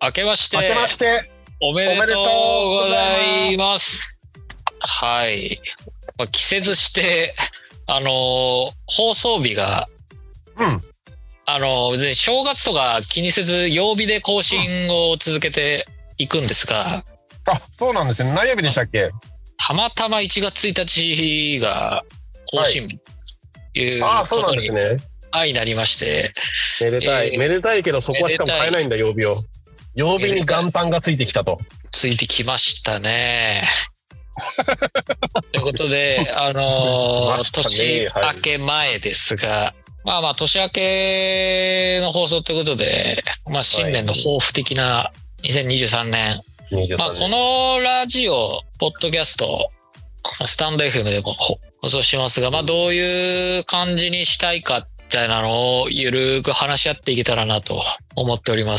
明けましておめおめでとでとうごうござざいいま。 ますはい。季節して、放送日が、 うん別に正月とか気にせず曜日で更新を続けていくんですが、 あ、そうなんですね。何曜日でしたっけ？ たまたま1月1日が更新日というあ、そうことになんですね。 なりまして、 めでたい、めでたいけどそこはしかも変えないんだ、曜日を。曜日に元旦がついてきたと。 ついてきましたね。ということで、 ましたね年明け前ですが、まあ年明けの放送ということで、新年の抱負的な2023年。 23 このラジオ、ポッドキャスト、スタンド FM でも放送しますが、どういう感じにしたいかみたいなのをゆるく話し合っていけたらなと思っております。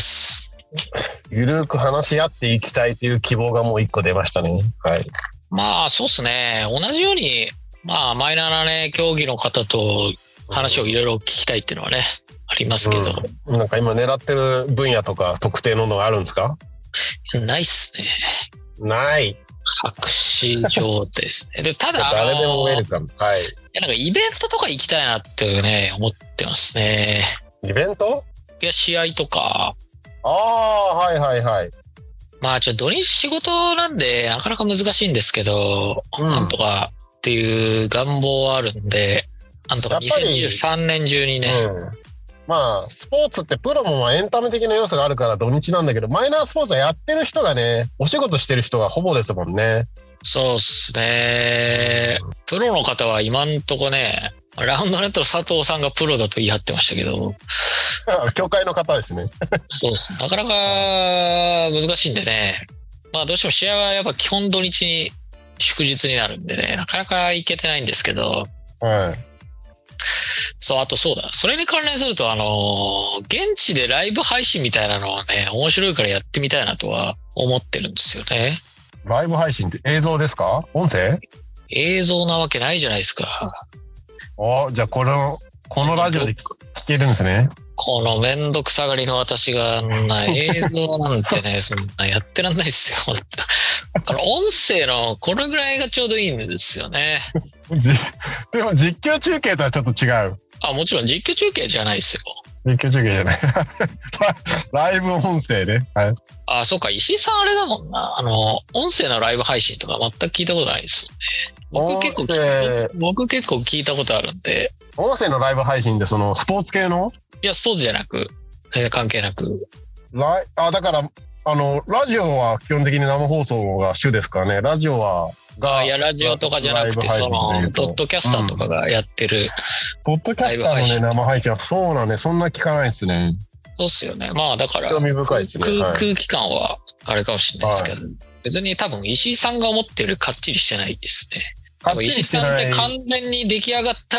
ゆるく話し合っていきたいという希望がもう一個出ましたね。はい。 そうっすね。同じように、マイナーなね、競技の方と話をいろいろ聞きたいっていうのはね、ありますけど。 なんか今狙ってる分野とか特定ののがあるんですか？ ないっすね。 ない。 白紙上ですね。で、ただ、 誰でもウェルカム。はい。 なんかイベントとか行きたいなってね、思ってますね。 イベント？ いや、試合とか。 ああ、はいはいはい。 土日仕事なんで、なかなか難しいんですけど、なんとかっていう願望はあるんで、なんとか2023年中にね。 スポーツってプロもエンタメ的な要素があるから土日なんだけど、マイナースポーツはやってる人がね、お仕事してる人がほぼですもんね。 そうっすね。プロの方は今んとこね、ラウンドネットの佐藤さんがプロだと言い張ってましたけど。 協会の方ですね。 そうっす。なかなか難しいんでね。どうしても試合はやっぱ基本土日に祝日になるんでね、なかなか行けてないんですけど。 はい。 そう、あとそうだ。それに関連すると、現地でライブ配信みたいなのはね、面白いからやってみたいなとは思ってるんですよね。 ライブ配信って映像ですか？音声？ 映像なわけないじゃないですか。 じゃあこのラジオで聞けるんですね。 このめんどくさがりの私が映像なんてね、そんなやってらんないですよ。だから音声のこれぐらいがちょうどいいんですよね。 でも実況中継とはちょっと違う。 もちろん実況中継じゃないですよ。 実況中継じゃない。ライブ音声ね。はい。 そうか、石井さんあれだもんな。音声のライブ配信とか全く聞いたことないですよね。僕結構聞いたことあるんで。 音声のライブ配信でスポーツ系の？ いや、スポーツじゃなく、関係なく。 だから、ラジオは基本的に生放送が主ですからね。ラジオいや、ラジオとかじゃなくて、ポッドキャスターとかがやってる。 ポッドキャスターのね、生配信は、そうだね、そんな聞かないですね。 そうっすよね。だから、 興味深いですね。 空気感はあれかもしれないですけど、別に多分石井さんが思ってるかっちりしてないですね。石井さんって完全に出来上がった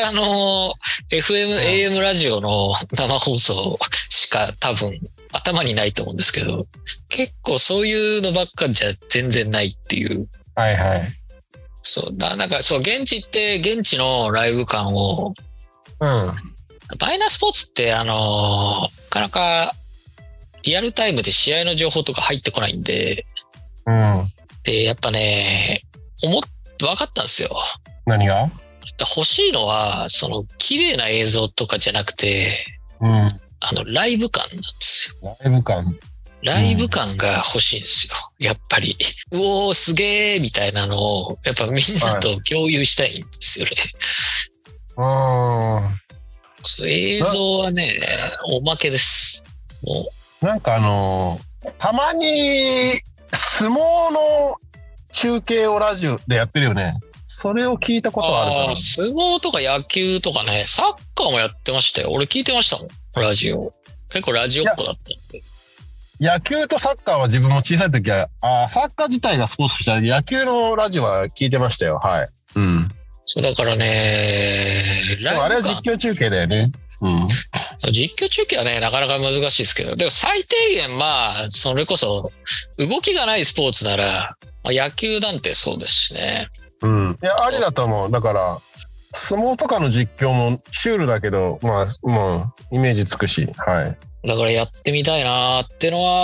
FM、AM ラジオの生放送しか多分頭にないと思うんですけど、結構そういうのばっかじゃ全然ないっていう。 はいはい。 現地行って現地のライブ感を、マイナースポーツってなかなかリアルタイムで試合の情報とか入ってこないんで、で、やっぱね、分かったんですよ。 何が？ 欲しいのは、綺麗な映像とかじゃなくて、ライブ感なんですよ。ライブ感が欲しいんですよ。やっぱり。おー、すげーみたいなのを、やっぱみんなと共有したいんですよね。映像はね、おまけです。もう。なんかたまに相撲の中継をラジオでやってるよね。それを聞いたことあるかな。 相撲とか野球とかね、サッカーもやってましたよ。俺聞いてましたもん、ラジオ。結構ラジオっ子だったんで。 野球とサッカーは自分も小さい時は、サッカー自体がスポーツとして野球のラジオは聞いてましたよ。はい。 そうだからね、 あれは実況中継だよね。 実況中継はね、なかなか難しいですけど、でも最低限それこそ動きがないスポーツなら、野球なんてそうですしね。 いや、ありだと思う。だから、相撲とかの実況もシュールだけど、イメージつくし、はい。 だからやってみたいなーってのは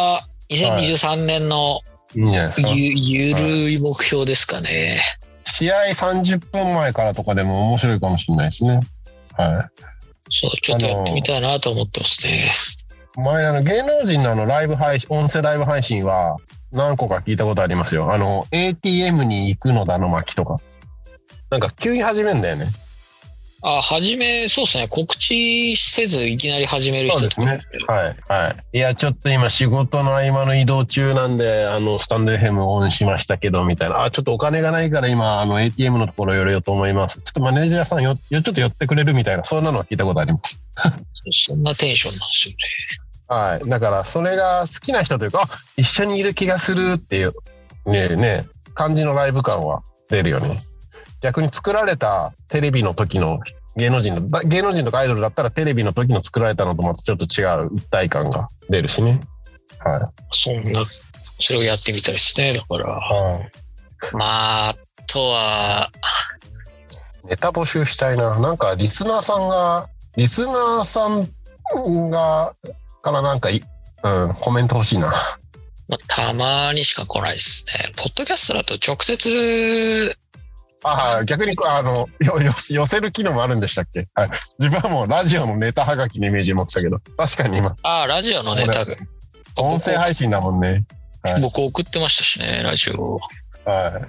2023年のいいんじゃないですか。 ゆるい目標ですかね。 試合30分前からとかでも面白いかもしれないですね。はい。 そう、ちょっとやってみたいなと思ってますね。 前芸能人のライブ配信、音声ライブ配信は何個か聞いたことありますよ。ATM に行くのだの巻とか。なんか急に始めんだよね。 そうですね。告知せずいきなり始める人とか。 そうですね。はい。はい。いや、ちょっと今仕事の合間の移動中なんで、スタンド FM オンしましたけど、みたいな。ちょっとお金がないから今、ATM のところ寄れようと思います。ちょっとマネージャーさんちょっと寄ってくれるみたいな、そんなのは聞いたことあります。 そんなテンションなんですよね。 はい。だから、それが好きな人というか、一緒にいる気がするっていう、ね、感じのライブ感は出るよね。逆に作られたテレビの時の芸能人とかアイドルだったらテレビの時の作られたのとまたちょっと違う一体感が出るしね。はい。 それをやってみたいですね。だから。はい。まあ、あとは。 ネタ募集したいな。なんかリスナーさんがからなんかコメント欲しいな。 まあ、たまにしか来ないですね。ポッドキャストだと直接。 逆に寄せる機能もあるんでしたっけ？はい。自分はもうラジオのネタはがきのイメージ持ってたけど、確かに今。 ラジオのネタ。 音声配信だもんね。 はい、僕送ってましたしね、ラジオ。 はい。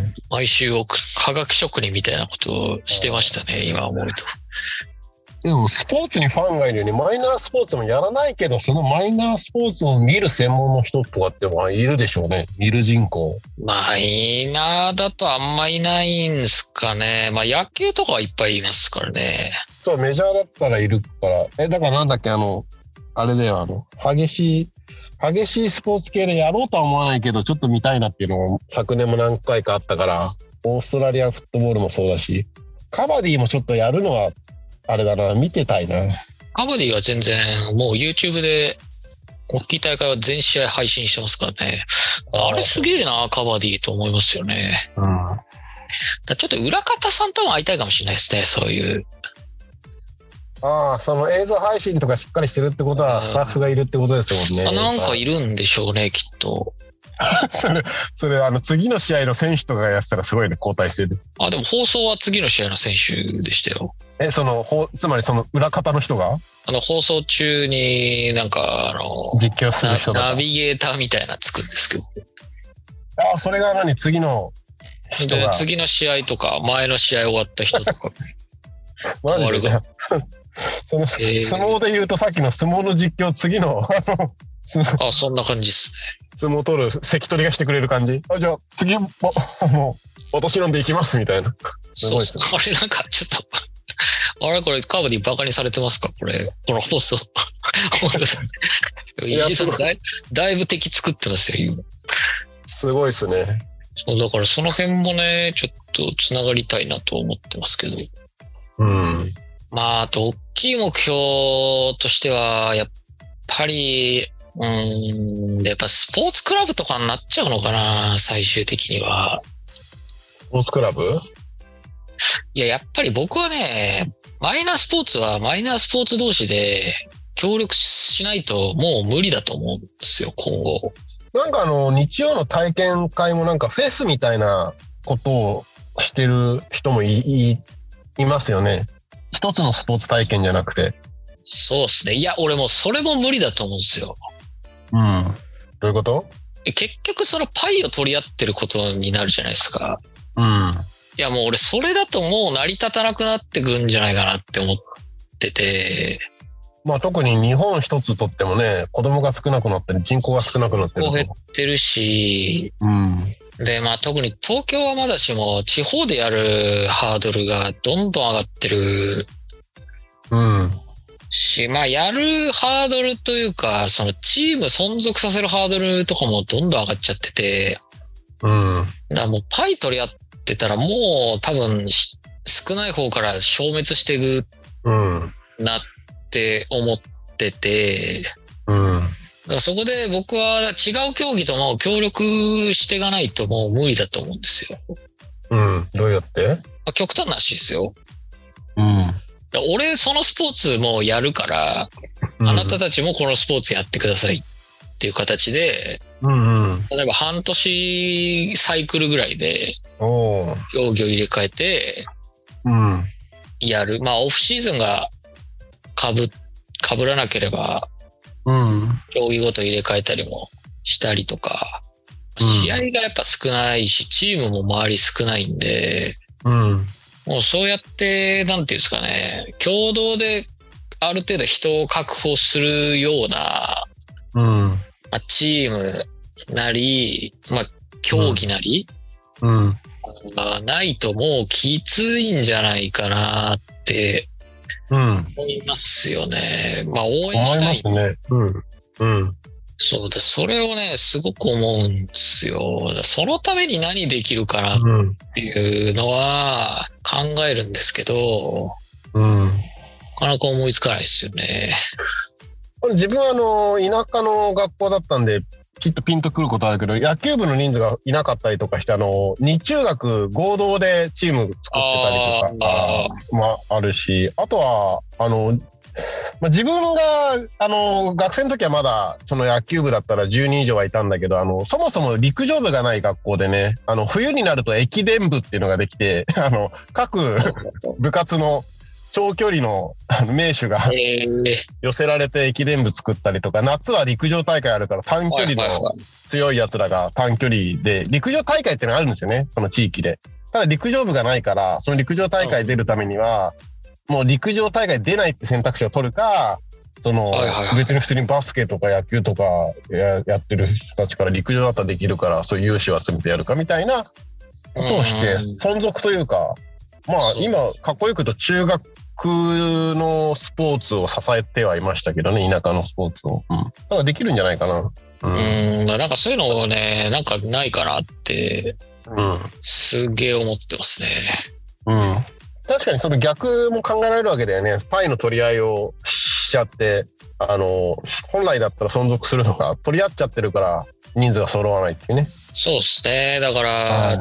毎週はがき職人みたいなことをしてましたね、今思うと。 でもスポーツにファンがいるようにマイナースポーツもやらないけど、そのマイナースポーツを見る専門の人とかっているでしょうね。見る人口。 マイナーだとあんまいないんですかね。まあ野球とかはいっぱいいますからね。 そう、メジャーだったらいるから。だからなんだっけ、あれだよ、激しいスポーツ系でやろうとは思わないけど、ちょっと見たいなっていうのを昨年も何回かあったから、オーストラリアフットボールもそうだし、カバディもちょっとやるのは、あれだな、見てたいな。 カバディは全然、もう YouTube で、大きい大会は全試合配信してますからね。あれすげえな、カバディと思いますよね。ちょっと裏方さんとも会いたいかもしれないですね、そういう。 その映像配信とかしっかりしてるってことは、スタッフがいるってことですもんね。 なんかいるんでしょうね、きっと。 それ次の試合の選手とかがやってたらすごいね、交代してる。 でも放送は次の試合の選手でしたよ。 つまりその裏方の人が放送中になんか実況する人とかナビゲーターみたいなつくんですけど。 それが次の人が次の試合とか前の試合終わった人とかマジでその相撲で言うとさっきの相撲の実況次のそんな感じですね。 相撲取る関取がしてくれる感じ。じゃあ次も私飲んでいきますみたいな。 すごいですね。あれなんかちょっとこれカーバディバカにされてますかこの放送。石井さんだいぶ敵作ってますよ今。 すごいですね。 そうだからその辺もねちょっとつながりたいなと思ってますけど。まああと大きい目標としてはやっぱりやっぱスポーツクラブとかになっちゃうのかな最終的には。 スポーツクラブ？ いややっぱり僕はねマイナースポーツはマイナースポーツ同士で協力しないともう無理だと思うんですよ今後。 なんか日曜の体験会もなんかフェスみたいなことをしてる人もいますよね。一つのスポーツ体験じゃなくて。 そうですね。いや俺もそれも無理だと思うんですよ。 どういうこと？ 結局そのパイを取り合ってることになるじゃないですか。いやもう俺それだともう成り立たなくなってくんじゃないかなって思ってて。 まあ特に日本一つとってもね、子供が少なくなったり人口が少なくなってる。 減ってるし、でまあ特に東京はまだしも地方でやるハードルがどんどん上がってる。し、まあやるハードルというかそのチーム存続させるハードルとかもどんどん上がっちゃってて、だからもうパイ取り合ってたらもう多分少ない方から消滅していくなって思ってて、だからそこで僕は違う競技とも協力していかないともう無理だと思うんですよ。 どうやって？ 極端な話ですよ。俺そのスポーツもやるから、あなたたちもこのスポーツやってくださいっっていう形で、 うんうん。 例えば半年サイクルぐらいでおー。 競技を入れ替えてうん。 やる。まあオフシーズンが被らなければうん。 競技ごと入れ替えたりもしたりとか、 うん試合がやっぱ少ないし、チームも周り少ないんで、 うん。 もうそうやって、なんていうんですかね、共同である程度人を確保するような、 うん。 まあ、チームなり、まあ、競技なり、 うん。 がないともうきついんじゃないかなってうん。 思いますよね。まあ応思い援したい。 ますね。うん。うん。 そうだ、それをね、すごく思うんですよ。そのために何できるかなっうん。 ていうのは考えるんですけど、 うん。 なかなか思いつかないですよね。 これ自分は田舎の学校だったんで、きっとピンとくることあるけど、野球部の人数がいなかったりとかして、日中学合同でチーム作ってたりとかもあるし、あとは、まあ、自分が、学生の時はまだ、その野球部だったら10人以上はいたんだけど、そもそも陸上部がない学校でね、冬になると駅伝部っていうのができて、各部活の長距離の名手が寄せられて駅伝部作ったりとか、夏は陸上大会あるから短距離の強い奴らが短距離で、陸上大会っていうのがあるんですよね、その地域で。ただ陸上部がないから、その陸上大会出るためには、もう陸上大会出ないって選択肢を取るか、別に普通にバスケとか野球とかやってる人たちから陸上だったらできるから、そういう有志を集めてやるかみたいなことをして、存続というか、まあ今、かっこよく言うと中学のスポーツを支えてはいましたけどね、田舎のスポーツを。だからできるんじゃないかな。 なんかそういうのをね、なんかないかなって、すげえ思ってますね。 確かにその逆も考えられるわけだよね。パイの取り合いをしちゃって、本来だったら存続するのが取り合っちゃってるから人数が揃わないっていうね。 そうですね。だから、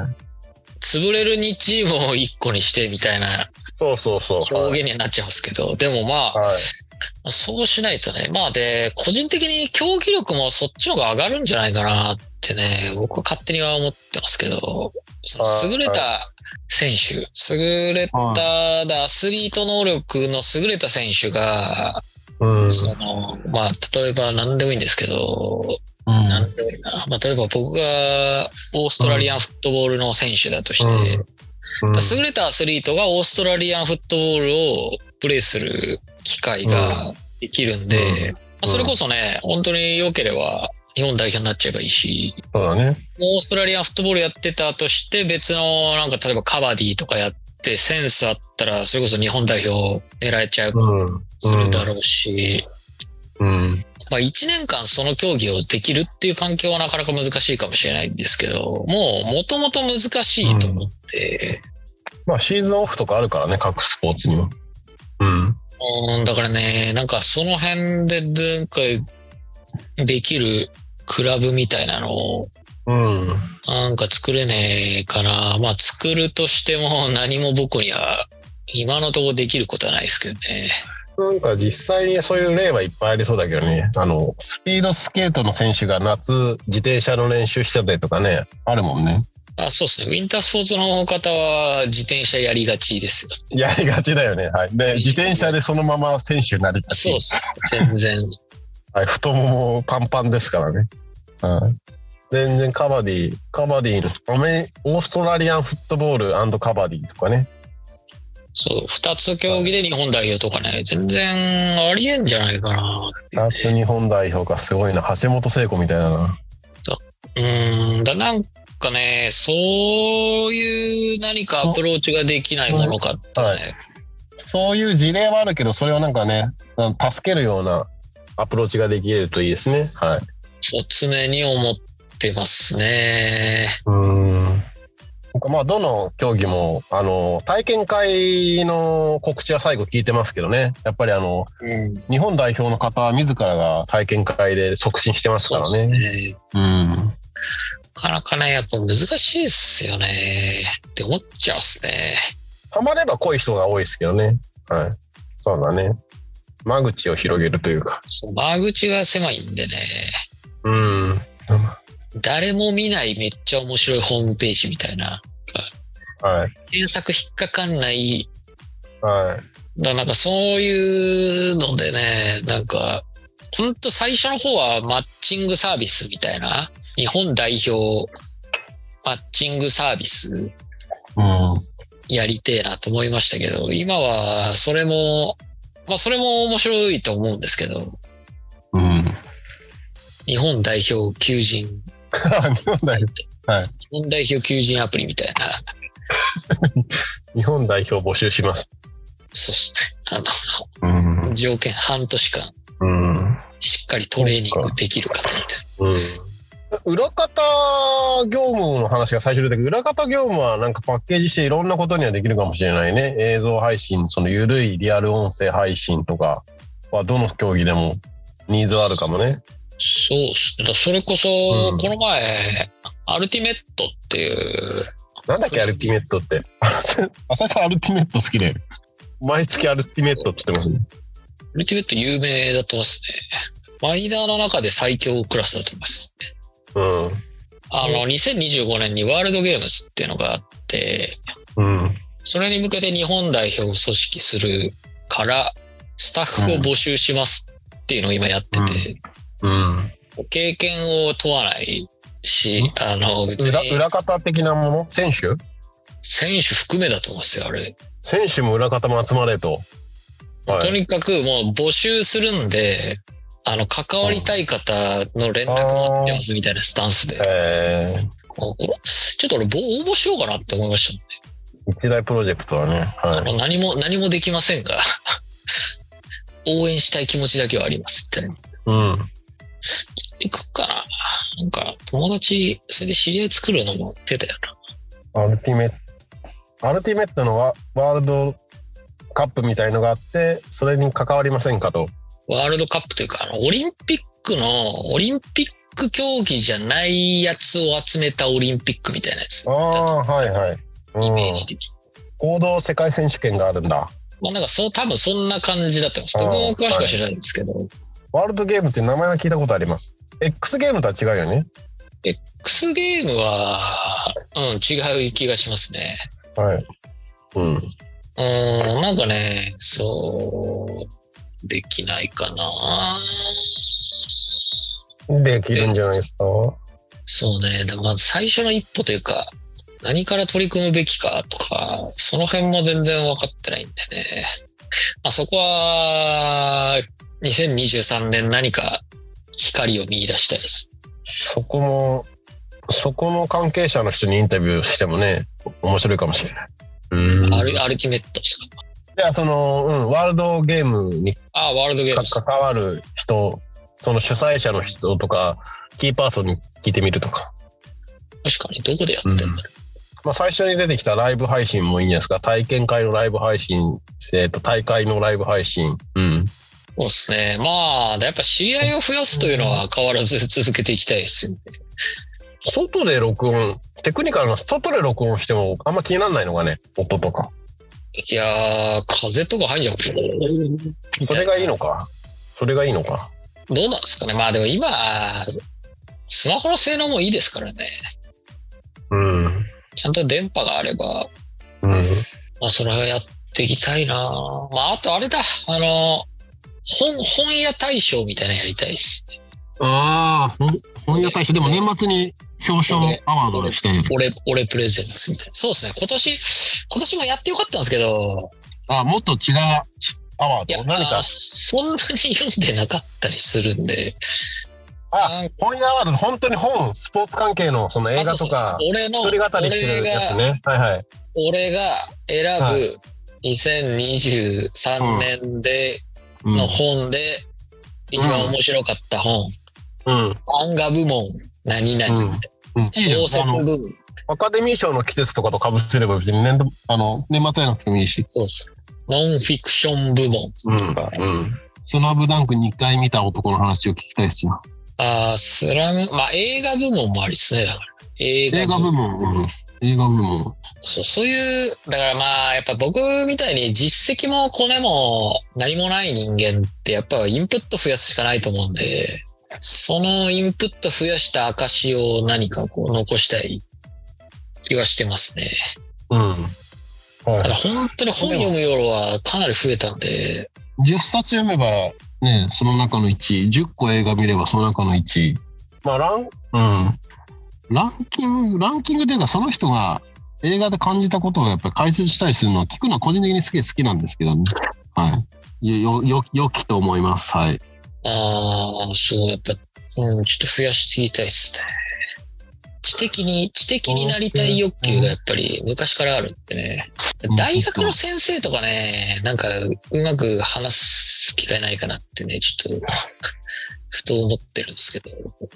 潰れる2チームを1個にしてみたいな表現になっちゃいますけど、でもまあ、そうしないとね、まあで、個人的に競技力もそっちの方が上がるんじゃないかなってね、僕は勝手には思ってますけど、その優れた選手、優れたアスリート能力の優れた選手が、まあ、例えば何でもいいんですけど、何でもいいな。まあ、例えば僕がオーストラリアンフットボールの選手だとして、優れたアスリートがオーストラリアンフットボールをプレーする機会ができるんで、それこそね、本当に良ければ日本代表になっちゃえばいいし、 そうだね。 オーストラリアンフットボールやってたとして別のなんか例えばカバディとかやってセンスあったらそれこそ日本代表狙えちゃうするだろうし、まあ1年間その競技をできるっていう環境はなかなか難しいかもしれないんですけど、もともと難しいと思って、 まあシーズンオフとかあるからね、各スポーツにも。 だからね、なんかその辺でなんかできるクラブみたいなのをなんか作れねえかな。まあ作るとしても何も僕には今のところできることはないですけどね。 なんか実際にそういう例はいっぱいありそうだけどね。スピードスケートの選手が夏自転車の練習しちゃったりとかね、あるもんね。 そうですね。ウィンタースポーツの方は自転車やりがちですよ。 やりがちだよね。はい。で、自転車でそのまま選手になりがち。 そうです。全然。 はい、太ももパンパンですからね。全然カバディのオーストラリアンフットボール&カバディとかね。そう、 2つ競技で日本代表とかね、全然ありえんじゃないかな、 ね。2つ日本代表か、すごいな。橋本聖子みたいなな。 なんかね、そういう何かアプローチができないものかってね。 そういう事例はあるけど、それをなんかね、助けるようなアプローチができるといいですね。はい。 そう常に思ってますね。 まあどの競技も体験会の告知は最後聞いてますけどね。やっぱり日本代表の方は自らが体験会で促進してますからね。そうですね。なかなかねやっぱ難しいですよねって思っちゃうっすね。 ハマれば濃い人が多いですけどね。はい。そうだね。間口を広げるというか。 間口が狭いんでね。 うん。 誰も見ないめっちゃ面白いホームページみたいな。 はい。 検索引っかかんない。 はい。 なんかそういうのでね、なんか、ほんと最初の方はマッチングサービスみたいな、日本代表マッチングサービスやりてえなと思いましたけど、今はそれも、まあそれも面白いと思うんですけど、 うん、 日本代表求人。 日本代表。はい。 日本代表求人アプリみたいな。 日本代表募集します。 そうですね。条件半年間、しっかりトレーニングできる方みたいな。 裏方業務の話が最初出てくる。裏方業務はなんかパッケージしていろんなことにはできるかもしれないね。映像配信、その緩いリアル音声配信とかはどの競技でもニーズあるかもね。 そうですね。それこそ、この前、アルティメットっていう。 なんだっけ、アルティメットって。朝さんアルティメット好きで。毎月アルティメットって言ってますね。 アルティメット有名だと思いますね。マイナーの中で最強クラスだと思いますね。2025年にワールドゲームズっていうのがあって、それに向けて日本代表を組織するからスタッフを募集しますっていうのを今やってて、経験を問わないし、別に裏方的なもの、選手含めだと思うんですよ、あれ。 選手も裏方も集まれと。 とにかくもう募集するんで、関わりたい方の連絡待ってますみたいなスタンスで。これちょっと俺応募しようかなって思いましたね。 一大プロジェクトはね。はい、 何もできませんが、応援したい気持ちだけはありますみたいな。行くかな。なんか友達、それで知り合い作るのも手だよな。アルティメットのワールドカップみたいのがあって、それに関わりませんかと。 ワールドカップというか、オリンピック競技じゃないやつを集めたオリンピックみたいなやつ。 はいはい。 イメージ的。 合同世界選手権があるんだ。 まあなんか多分そんな感じだったんです。僕も詳しくは知らないんですけど。 ワールドゲームっていう名前は聞いたことあります。X ゲームとは違うよね。 X ゲームは、違う気がしますね。 はい。 なんかね、できないかな。 できるんじゃないですか。 そうね。でもまず最初の一歩というか、何から取り組むべきかとか、その辺も全然分かってないんでね。まあ、そこは、2023年何か光を見出したいです。 そこの関係者の人にインタビューしてもね、面白いかもしれない。 アルティメットですか。 いや、ワールドゲームに関わる人、その主催者の人とか、キーパーソンに聞いてみるとか。 確かに、どこでやってんだろう。 まあ、最初に出てきたライブ配信もいいんじゃないですか。体験会のライブ配信、大会のライブ配信。 そうですね。まあ、やっぱ知り合いを増やすというのは変わらず続けていきたいですよね。 外で録音、テクニカルの外で録音してもあんま気にならないのがね、音とか。 いやー、風とか入んじゃん。 それがいいのか。 どうなんですかね。まあでも今、スマホの性能もいいですからね。ちゃんと電波があれば、まあそれはやっていきたいな。まああとあれだ、本屋大賞みたいなのやりたいですね。 本屋大賞でも年末に表彰アワードでして俺プレゼンツみたいな。そうですね。今年もやってよかったんですけど。 もっと違うアワード。 いや、何かそんなに読んでなかったりするんで。 本屋アワード、本当にスポーツ関係のその映画とか、一人語りしてるやつね。 俺が選ぶ2023年での本で一番面白かった本。漫画部門何々。小説部門。 アカデミー賞の季節とかと被せれば別に年末じゃなくてもいいし。 そうです。ノンフィクション部門とか。 スラムダンク2回見た男の話を聞きたいですよ。 まあ映画部門もありですね。だから映画部門。 そういう、だからまあやっぱ僕みたいに実績もコネも何もない人間ってやっぱインプット増やすしかないと思うんで。 そのインプット増やした証を何かこう残したい気はしてますね。 うん。はい、 ただ本当に本読む量はかなり増えたんで。 10冊読めばね、その中の1位、10個映画見ればその中の1位。まあランキングというか、その人が映画で感じたことをやっぱり解説したりするのは聞くのは個人的に好きなんですけどね。はい。良きと思います。はい。 そう、やっぱ、ちょっと増やしていきたいですね。知的になりたい欲求がやっぱり昔からあるってね。大学の先生とかね、なんかうまく話す機会ないかなってね、ちょっとふと思ってるんですけど。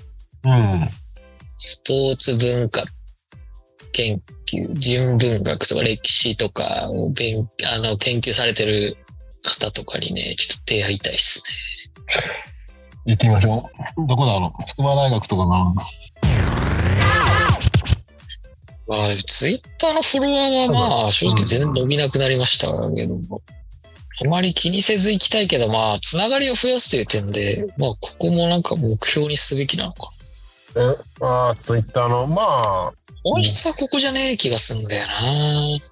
スポーツ文化研究、人文学とか歴史とかを研究されてる方とかにね、ちょっと出会いたいですね。行ってみましょう。どこだろう。筑波大学とかかな。 ツイッターのフォロワーはまあ正直全然伸びなくなりましたけども、あまり気にせず行きたいけど、まあつながりを増やすという点で、まあここもなんか目標にすべきなのか。 ツイッターのまあ本質はここじゃねえ気がするんだよな。 一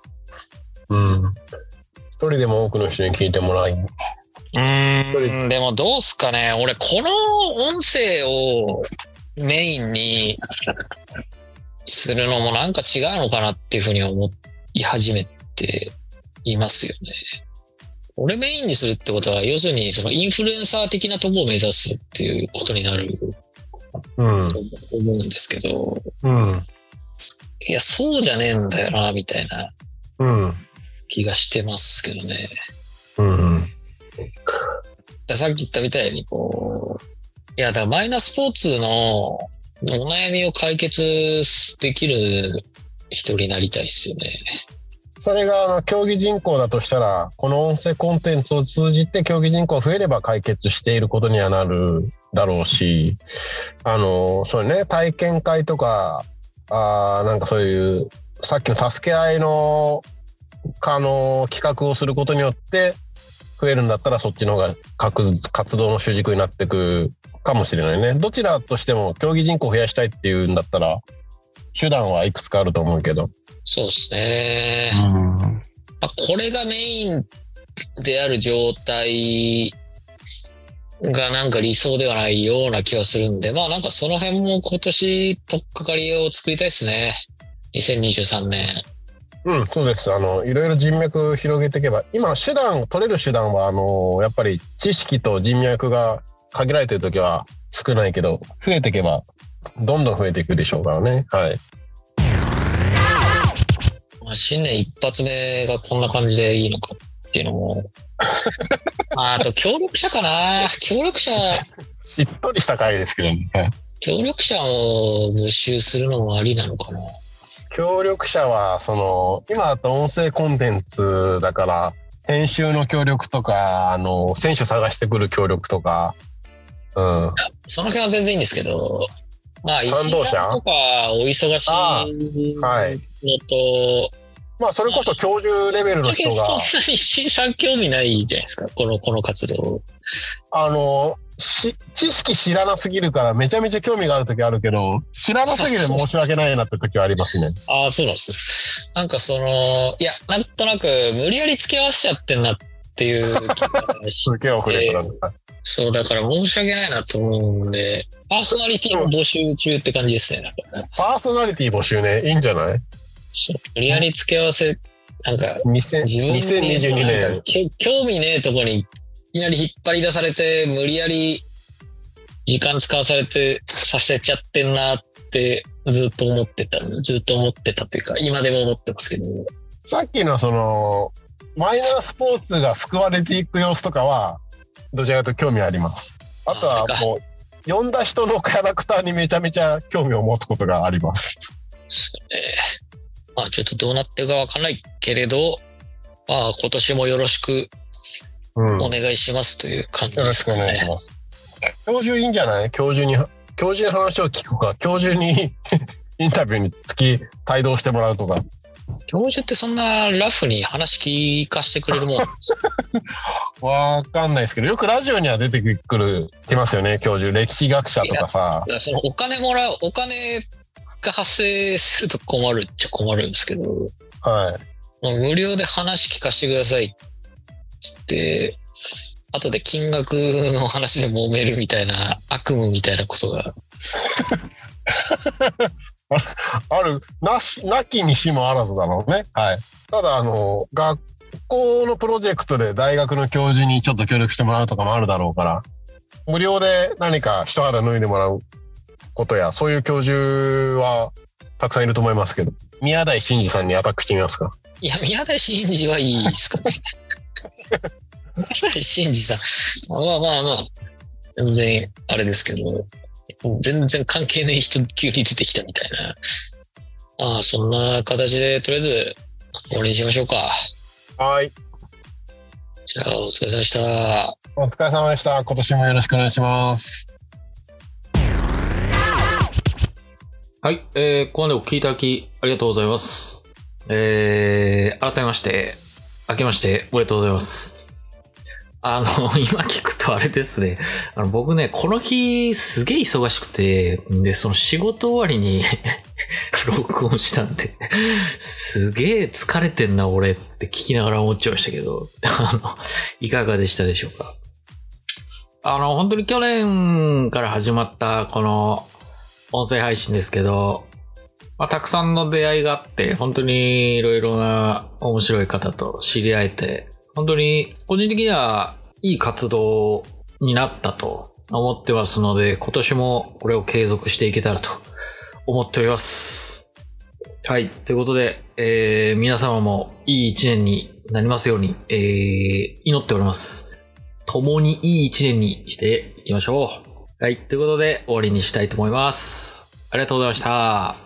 人でも多くの人に聞いてもらい。 でもどうすかね。俺この音声をメインにするのもなんか違うのかなっていうふうに思い始めていますよね。俺メインにするってことは要するにそのインフルエンサー的なところを目指すっていうことになると思うんですけど、いやそうじゃねえんだよなみたいな気がしてますけどね。さっき言ったみたいにこう、いやだからマイナスポーツのお悩みを解決できる人になりたいですよね。 それが競技人口だとしたら、この音声コンテンツを通じて競技人口が増えれば解決していることにはなるだろうし、そうね、体験会とか、なんかそういうさっきの助け合いの企画をすることによって増えるんだったら、そっちの方が活動の主軸になっていくかもしれないね。どちらとしても競技人口を増やしたいっていうんだったら手段はいくつかあると思うけど。 そうですね。これがメインである状態がなんか理想ではないような気はするんで、まあなんかその辺も今年取っかかりを作りたいですね。2023年。 そうです。いろいろ人脈広げていけば、今取れる手段はやっぱり知識と人脈が限られてるときは少ないけど、増えていけばどんどん増えていくでしょうからね。はい。 新年一発目がこんな感じでいいのかっていうのもあと協力者かな。協力者しっとりした回ですけどね。 協力者を募集するのもありなのかな。 協力者は今だと音声コンテンツだから編集の協力とか選手探してくる協力とか、 その辺は全然いいんですけど、まあ石井さんとかお忙しいのと、 まあそれこそ教授レベルの人がそんなに石井さん興味ないじゃないですか、この活動。 知識知らなすぎるからめちゃめちゃ興味がある時あるけど、知らなすぎて申し訳ないなって時はありますね。 そうなんです。なんかいやなんとなく無理やり付け合わせちゃってんなっていう気がすげえ遅れてたんだ。 そうだから申し訳ないなと思うんで、パーソナリティの募集中って感じですね。 パーソナリティ募集ね、いいんじゃない？ 無理やり付け合わせ、なんか 2022年興味ねえとこにいきなり引っ張り出されて無理やり時間使わされてさせちゃってんなってずっと思ってたというか今でも思ってますけど、 さっきのマイナースポーツが救われていく様子とかはどちらかというと興味あります。あとはもう呼んだ人のキャラクターにめちゃめちゃ興味を持つことがあります。 まあちょっとどうなってるかわかんないけれど、まあ今年もよろしくお願いしますという感じですかね。よろしくお願いします。 教授いいんじゃない？教授の話を聞くか、教授にインタビューに帯同してもらうとか。 教授ってそんなラフに話聞かしてくれるもんわかんないですけど、よくラジオには出てきますよね、教授。歴史学者とかさ。 そのお金が発生すると困るっちゃ困るんですけど、 はい。 もう無料で話聞かせてくださいっつって、後で金額の話で揉めるみたいな悪夢みたいなことがあるなきにしもあらずだろうね。はい。ただ学校のプロジェクトで大学の教授にちょっと協力してもらうとかもあるだろうから、無料で何か一肌脱いでもらうことや、そういう教授はたくさんいると思いますけど、宮台真司さんにアタックしてみますか？ いや、宮台真司はいいですかね。宮台真司さん、まあ全然あれですけど、全然関係ない人急に出てきたみたいな。そんな形でとりあえず終わりにしましょうか。 はい。 じゃあお疲れ様でした。 お疲れ様でした。今年もよろしくお願いします。 はい、ここまでお聞きいただきありがとうございます。改めまして、明けましておめでとうございます。今聞くとあれですね。僕ね、この日すげえ忙しくて、で、その仕事終わりに録音したんで、すげえ疲れてんな俺って聞きながら思っちゃいましたけど、いかがでしたでしょうか。本当に去年から始まったこの音声配信ですけど、たくさんの出会いがあって、本当にいろいろな面白い方と知り合えて、本当に個人的にはいい活動になったと思ってますので、今年もこれを継続していけたらと思っております。はい。ということで、皆様もいい一年になりますように、祈っております。共にいい一年にしていきましょう。はい。ということで終わりにしたいと思います。ありがとうございました。